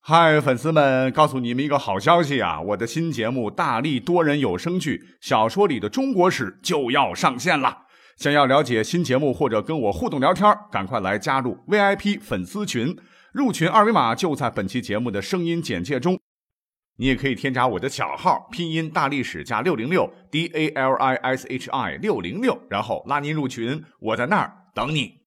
嗨，粉丝们，告诉你们一个好消息啊！我的新节目《大力多人有声剧小说里的中国史》就要上线了。想要了解新节目或者跟我互动聊天，赶快来加入 VIP 粉丝群，入群二维码就在本期节目的声音简介中。你也可以添加我的小号，拼音大历史加606 DALISHI 606，然后拉您入群，我在那儿等你。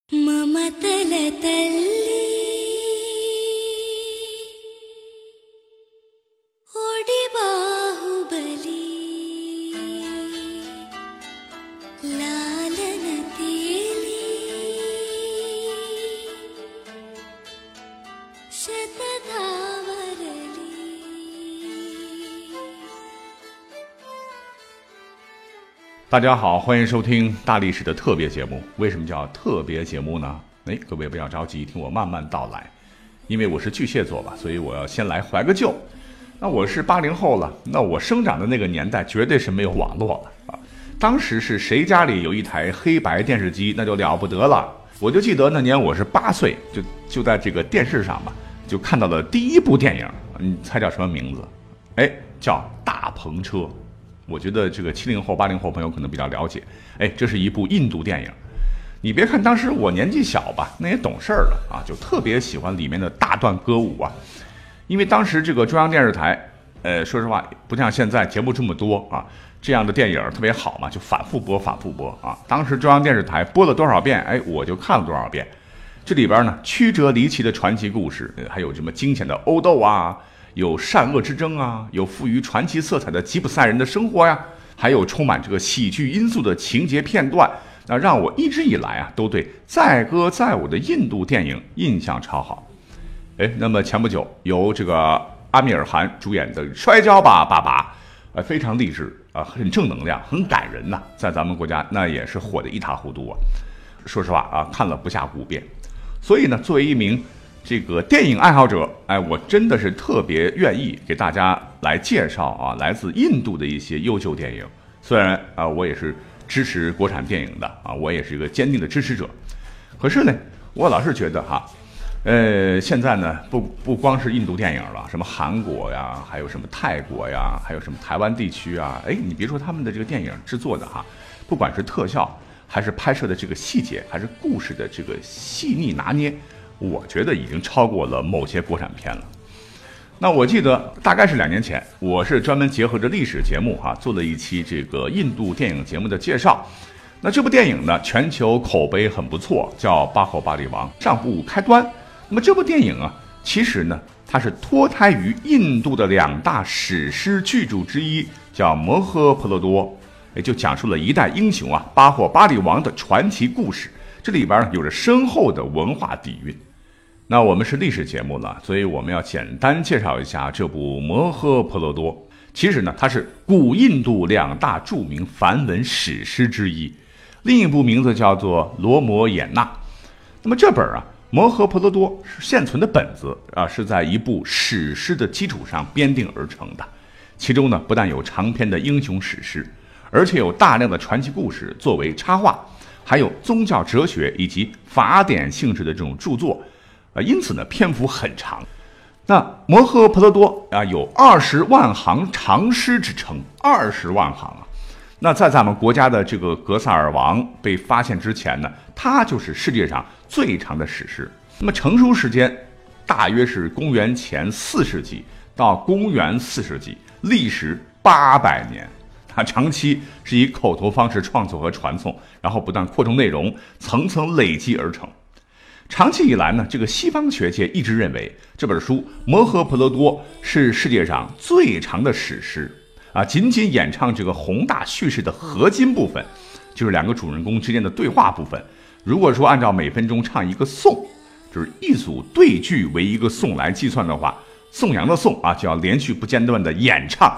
大家好，欢迎收听大历史的特别节目。为什么叫特别节目呢？各位不要着急，听我慢慢道来。因为我是巨蟹座吧，所以我要先来怀个旧。那我是80后了，那我生长的那个年代绝对是没有网络了啊。当时是谁家里有一台黑白电视机，那就了不得了。我就记得那年我是8岁，就在这个电视上吧，就看到了第一部电影，你猜叫什么名字？叫大篷车。我觉得这个70后、80后朋友可能比较了解。这是一部印度电影。你别看当时我年纪小吧，那也懂事儿了啊，就特别喜欢里面的大段歌舞啊。因为当时这个中央电视台，说实话不像现在节目这么多啊，这样的电影特别好嘛，就反复播啊。当时中央电视台播了多少遍，我就看了多少遍。这里边呢，曲折离奇的传奇故事，还有什么惊险的殴斗啊，有善恶之争啊，有富于传奇色彩的吉普赛人的生活呀，还有充满这个喜剧因素的情节片段，那让我一直以来啊都对载歌载舞的印度电影印象超好。那么前不久由这个阿米尔汗主演的《摔跤吧，爸爸》，非常励志啊，很正能量，很感人呐，在咱们国家那也是火得一塌糊涂啊。说实话啊，看了不下5遍。所以呢，作为一名这个电影爱好者，我真的是特别愿意给大家来介绍啊，来自印度的一些优秀电影。虽然啊，我也是支持国产电影的啊，我也是一个坚定的支持者。可是呢，我老是觉得哈，现在呢，不光是印度电影了，什么韩国呀，还有什么泰国呀，还有什么台湾地区啊，你别说他们的这个电影制作的哈，不管是特效，还是拍摄的这个细节，还是故事的这个细腻拿捏，我觉得已经超过了某些国产片了。那我记得大概是2年前，我是专门结合着历史节目做了一期这个印度电影节目的介绍。那这部电影呢，全球口碑很不错，叫《巴霍巴利王》，上部开端。那么这部电影啊，其实呢，它是脱胎于印度的2大史诗巨著之一，叫《摩诃婆罗多》，也就讲述了一代英雄巴霍巴利王的传奇故事。这里边有着深厚的文化底蕴。那我们是历史节目了，所以我们要简单介绍一下这部《摩诃婆罗多》。其实呢，它是古印度2大著名梵文史诗之一，另一部名字叫做《罗摩衍那》。那么这本《摩诃婆罗多》是现存的本子是在一部史诗的基础上编订而成的。其中呢，不但有长篇的英雄史诗，而且有大量的传奇故事作为插画，还有宗教哲学以及法典性质的这种著作，因此呢，篇幅很长。那摩诃婆罗多有20万行长诗之称，20万行啊！那在咱们国家的这个格萨尔王被发现之前呢，它就是世界上最长的史诗。那么成书时间大约是公元前4世纪到公元4世纪，历时800年。它长期是以口头方式创作和传颂，然后不断扩充内容，层层累积而成。长期以来呢，这个西方学界一直认为这本书《摩诃婆罗多》是世界上最长的史诗仅仅演唱这个宏大叙事的核心部分，就是2个主人公之间的对话部分。如果说按照每分钟唱一个颂，就是一组对句为一个颂来计算的话，颂扬的颂就要连续不间断的演唱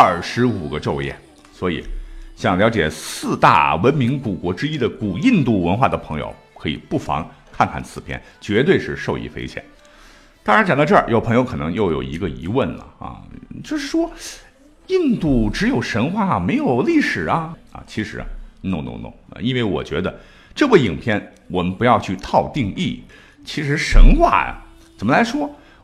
25个昼夜。所以想了解4大文明古国之一的古印度文化的朋友，可以不妨看看此片，绝对是受益匪浅。当然讲到这儿，有朋友可能又有一个疑问了就是说印度只有神话没有历史其实no， 因为我觉得这部影片我们不要去套定义。其实神话怎么来说，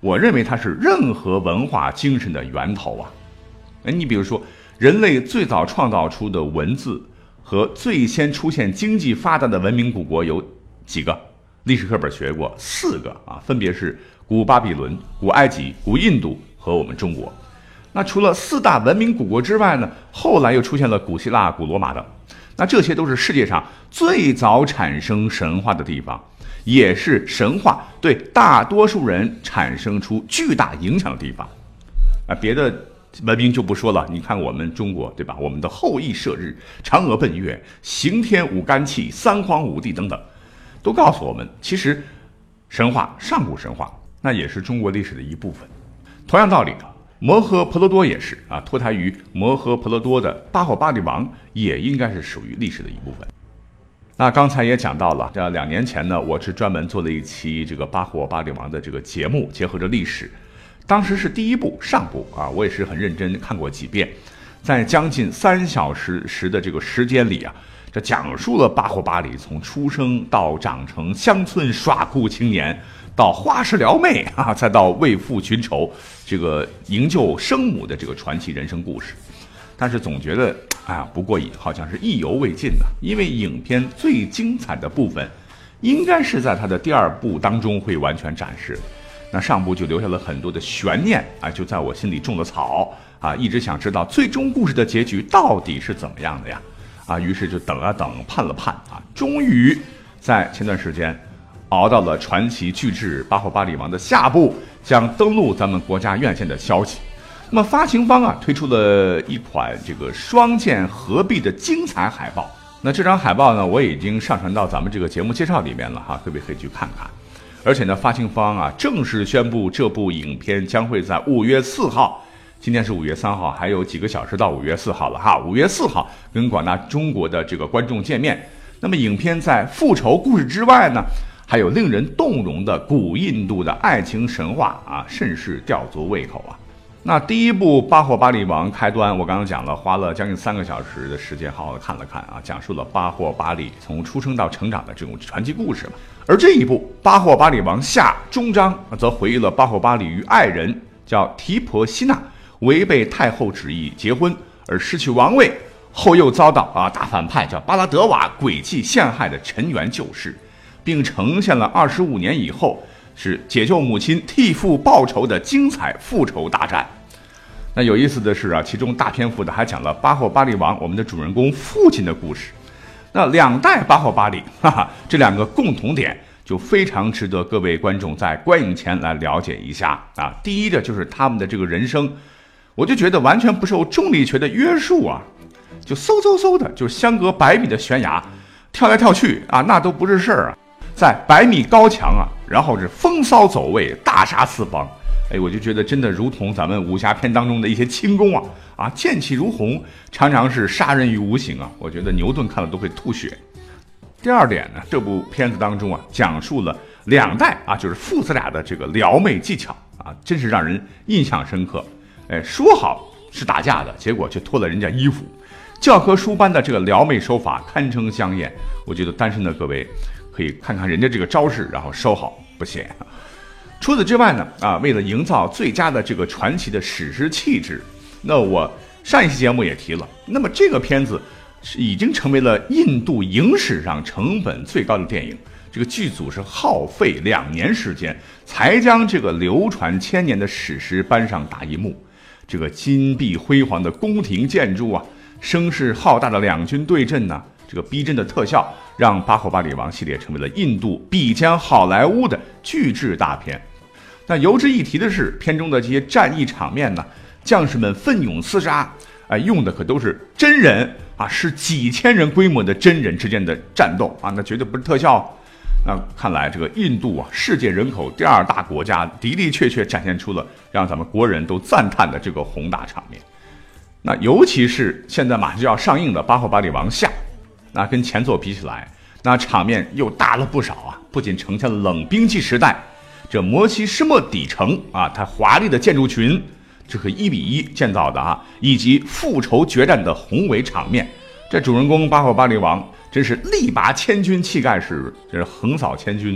我认为它是任何文化精神的源头啊。你比如说，人类最早创造出的文字和最先出现经济发达的文明古国有几个？历史课本学过4个啊，分别是古巴比伦、古埃及、古印度和我们中国。那除了4大文明古国之外呢，后来又出现了古希腊、古罗马等。那这些都是世界上最早产生神话的地方，也是神话对大多数人产生出巨大影响的地方。别的文明就不说了，你看我们中国，对吧？我们的后羿射日、嫦娥奔月、刑天舞干气、三皇五帝等等，都告诉我们，其实神话，上古神话，那也是中国历史的一部分。同样道理，摩诃婆罗多也是啊，脱胎于摩诃婆罗多的巴霍巴利王也应该是属于历史的一部分。那刚才也讲到了，这2年前呢，我是专门做了一期这个巴霍巴利王的这个节目，结合着历史。当时是第1部上部啊，我也是很认真看过几遍，在将近3小时的这个时间里啊，这讲述了巴霍巴里从出生到长成乡村耍酷青年，到花式撩妹啊，再到为父寻仇，这个营救生母的这个传奇人生故事。但是总觉得不过瘾，好像是意犹未尽呢。因为影片最精彩的部分，应该是在它的第2部当中会完全展示。那上部就留下了很多的悬念啊，就在我心里种了草啊，一直想知道最终故事的结局到底是怎么样的呀？于是就等啊等，盼了盼啊，终于在前段时间熬到了传奇巨制《巴霍巴利王》的下部将登陆咱们国家院线的消息。那么发行方推出了一款这个双剑合璧的精彩海报。那这张海报呢，我已经上传到咱们这个节目介绍里面了哈，各位可以去看看。而且呢，发行方正式宣布这部影片将会在5月4号，今天是5月3号，还有几个小时到5月4号了哈。5月4号跟广大中国的这个观众见面。那么影片在复仇故事之外呢，还有令人动容的古印度的爱情神话甚是吊足胃口啊。那第1部《巴霍巴利王》开端，我刚刚讲了，花了将近3个小时的时间好好看了看讲述了巴霍巴利从出生到成长的这种传奇故事嘛。而这一部《巴霍巴利王下》终章则回忆了巴霍巴利与爱人叫提婆西娜违背太后旨意结婚而失去王位，后又遭到大反派叫巴拉德瓦诡计陷害的陈元旧事，并呈现了25年以后是解救母亲替父报仇的精彩复仇大战。那有意思的是其中大篇幅的还讲了巴霍巴利王我们的主人公父亲的故事。那2代巴霍巴利这2个共同点就非常值得各位观众在观影前来了解一下第一的就是他们的这个人生，我就觉得完全不受重力学的约束就嗖的就相隔100米的悬崖跳来跳去那都不是事儿在100米高墙然后是风骚走位，大杀四方。我就觉得真的如同咱们武侠片当中的一些轻功剑气如虹，常常是杀人于无形我觉得牛顿看了都会吐血。第2点呢，这部片子当中讲述了2代就是父子俩的这个撩妹技巧真是让人印象深刻。说好是打架的，结果却脱了人家衣服，教科书般的这个撩妹手法堪称香艳。我觉得单身的各位可以看看人家这个招式，然后收好不写。除此之外呢，为了营造最佳的这个传奇的史诗气质，那我上一期节目也提了，那么这个片子已经成为了印度影史上成本最高的电影。这个剧组是耗费2年时间，才将这个流传千年的史诗搬上大银幕。这个金碧辉煌的宫廷建筑声势浩大的两军对阵这个逼真的特效，让巴霍巴利王系列成为了印度比肩好莱坞的巨制大片。那由之一提的是，片中的这些战役场面将士们奋勇厮杀，用的可都是真人是几千人规模的真人之间的战斗那绝对不是特效。那看来这个印度世界人口第2大国家，的的确确展现出了让咱们国人都赞叹的这个宏大场面。那尤其是现在马上就要上映的《巴霍巴利王下》，那跟前作比起来，那场面又大了不少不仅呈现了冷兵器时代这摩西施莫底城它华丽的建筑群，这个1:1建造的以及复仇决战的宏伟场面。这主人公巴霍巴利王真是力拔千军，气盖世，这是横扫千军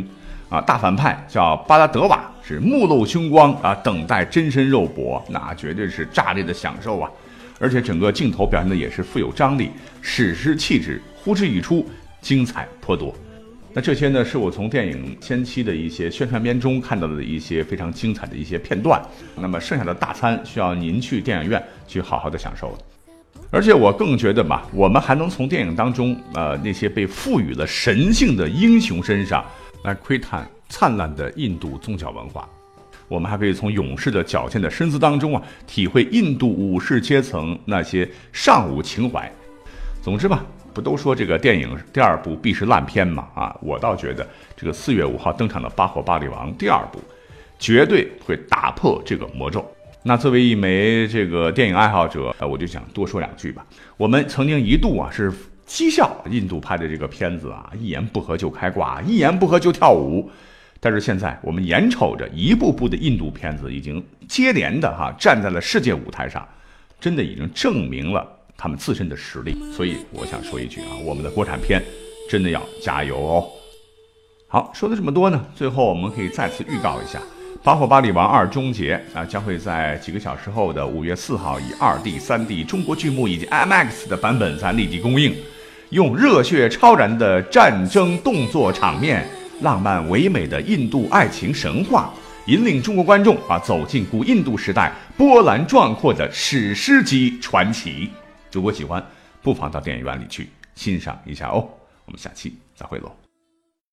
啊，大反派叫巴拉德瓦，是目露凶光啊，等待真身肉搏，那绝对是炸裂的享受啊！而且整个镜头表现的也是富有张力，史诗气质呼之欲出，精彩颇多。那这些呢，是我从电影前期的一些宣传片中看到的一些非常精彩的一些片段。那么剩下的大餐需要您去电影院去好好的享受了。而且我更觉得吧，我们还能从电影当中那些被赋予了神性的英雄身上来窥探灿烂的印度宗教文化。我们还可以从勇士的矫健的身姿当中啊，体会印度武士阶层那些尚武情怀。总之吧，不都说这个电影第二部必是烂片吗？啊，我倒觉得这个4月5号登场的《巴火巴里王》第二部，绝对会打破这个魔咒。那作为一枚这个电影爱好者，我就想多说两句吧。我们曾经一度啊是讥笑印度拍的这个片子啊，一言不合就开挂，一言不合就跳舞。但是现在我们眼瞅着一部部的印度片子已经接连的站在了世界舞台上，真的已经证明了他们自身的实力。所以我想说一句啊，我们的国产片真的要加油哦。好，说了这么多呢，最后我们可以再次预告一下，《巴火巴里王2》终结啊，将会在几个小时后的5月4号以 2D、3D 中国剧目以及 IMAX 的版本才立即公映，用热血超燃的战争动作场面，浪漫唯美的印度爱情神话，引领中国观众走进古印度时代波澜壮阔的史诗级传奇。如果喜欢，不妨到电影院里去欣赏一下哦。我们下期再会喽。